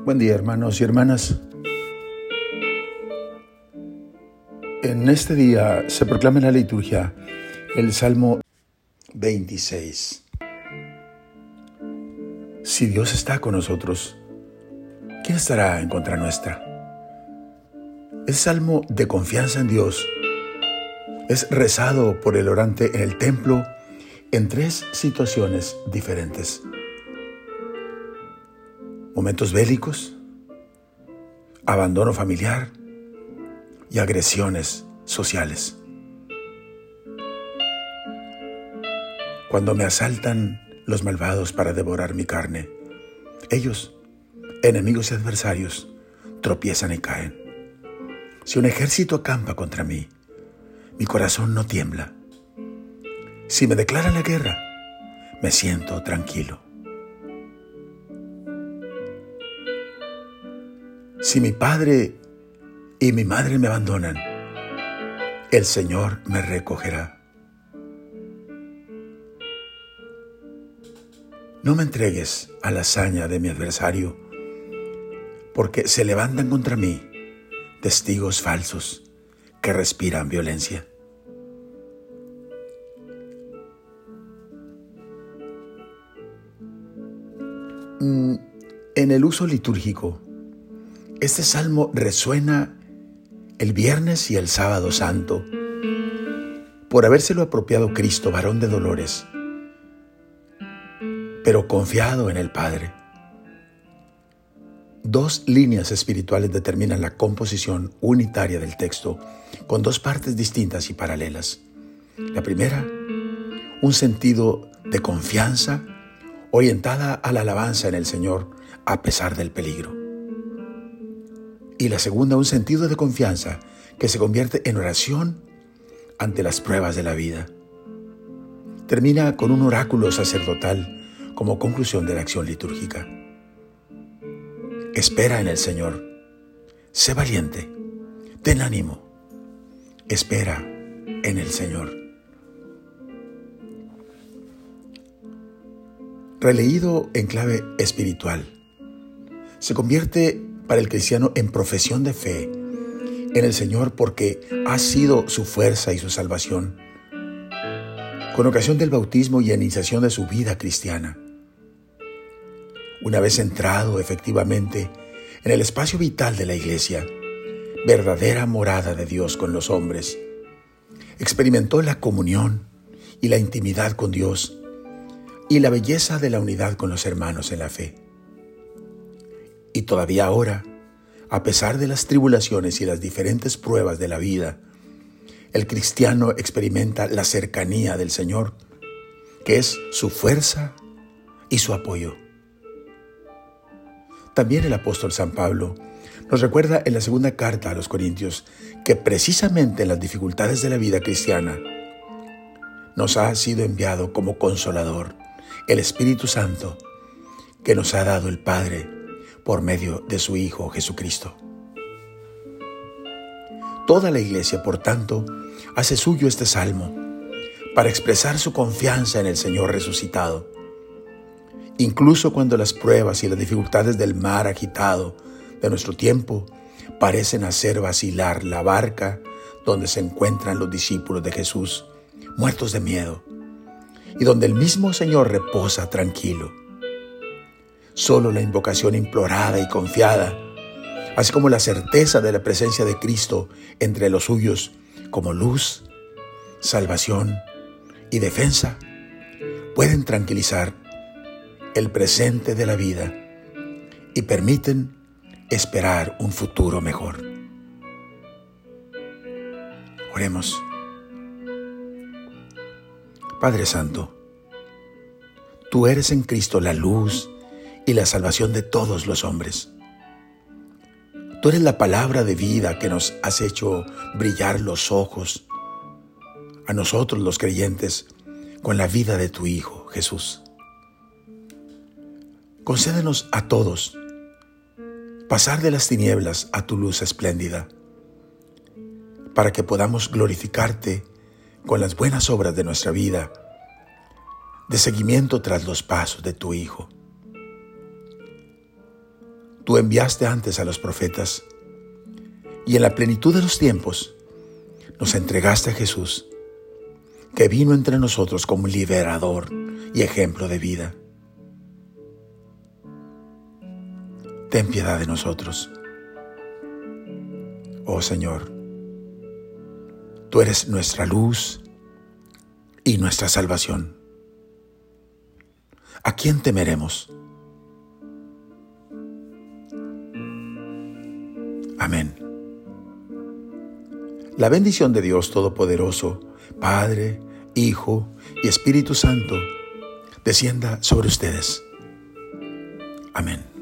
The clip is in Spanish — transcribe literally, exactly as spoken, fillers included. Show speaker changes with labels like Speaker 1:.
Speaker 1: Buen día, hermanos y hermanas. En este día se proclama en la liturgia el Salmo veintiséis. Si Dios está con nosotros, ¿quién estará en contra nuestra? Es salmo de confianza en Dios. Es rezado por el orante en el templo en tres situaciones diferentes. Momentos bélicos, abandono familiar y agresiones sociales. Cuando me asaltan los malvados para devorar mi carne, ellos, enemigos y adversarios, tropiezan y caen. Si un ejército acampa contra mí, mi corazón no tiembla. Si me declaran la guerra, me siento tranquilo. Si mi padre y mi madre me abandonan, el Señor me recogerá. No me entregues a la hazaña de mi adversario, porque se levantan contra mí testigos falsos que respiran violencia. En el uso litúrgico, este salmo resuena el viernes y el sábado santo por habérselo apropiado Cristo, varón de dolores, pero confiado en el Padre. Dos líneas espirituales determinan la composición unitaria del texto, con dos partes distintas y paralelas. La primera, un sentido de confianza orientada a la alabanza en el Señor a pesar del peligro. Y la segunda, un sentido de confianza que se convierte en oración ante las pruebas de la vida. Termina con un oráculo sacerdotal como conclusión de la acción litúrgica. Espera en el Señor. Sé valiente. Ten ánimo. Espera en el Señor. Releído en clave espiritual, se convierte para el cristiano en profesión de fe en el Señor porque ha sido su fuerza y su salvación, con ocasión del bautismo y iniciación de su vida cristiana. Una vez entrado efectivamente en el espacio vital de la Iglesia, verdadera morada de Dios con los hombres, experimentó la comunión y la intimidad con Dios y la belleza de la unidad con los hermanos en la fe. Y todavía ahora, a pesar de las tribulaciones y las diferentes pruebas de la vida, el cristiano experimenta la cercanía del Señor, que es su fuerza y su apoyo. También el apóstol San Pablo nos recuerda en la segunda carta a los Corintios que precisamente en las dificultades de la vida cristiana nos ha sido enviado como consolador el Espíritu Santo que nos ha dado el Padre por medio de su Hijo Jesucristo. Toda la Iglesia, por tanto, hace suyo este salmo para expresar su confianza en el Señor resucitado. Incluso cuando las pruebas y las dificultades del mar agitado de nuestro tiempo parecen hacer vacilar la barca donde se encuentran los discípulos de Jesús, muertos de miedo, y donde el mismo Señor reposa tranquilo. Solo la invocación implorada y confiada, así como la certeza de la presencia de Cristo entre los suyos como luz, salvación y defensa, pueden tranquilizar el presente de la vida y permiten esperar un futuro mejor. Oremos. Padre Santo, tú eres en Cristo la luz y la salvación de todos los hombres. Tú eres la palabra de vida que nos has hecho brillar los ojos a nosotros los creyentes con la vida de tu Hijo Jesús. Concédenos a todos pasar de las tinieblas a tu luz espléndida, para que podamos glorificarte con las buenas obras de nuestra vida, de seguimiento tras los pasos de tu Hijo. tú enviaste antes a los profetas, y en la plenitud de los tiempos nos entregaste a Jesús, que vino entre nosotros como liberador y ejemplo de vida. Ten piedad de nosotros. Oh Señor, tú eres nuestra luz y nuestra salvación. ¿A quién temeremos? Amén. La bendición de Dios Todopoderoso, Padre, Hijo y Espíritu Santo, descienda sobre ustedes. Amén.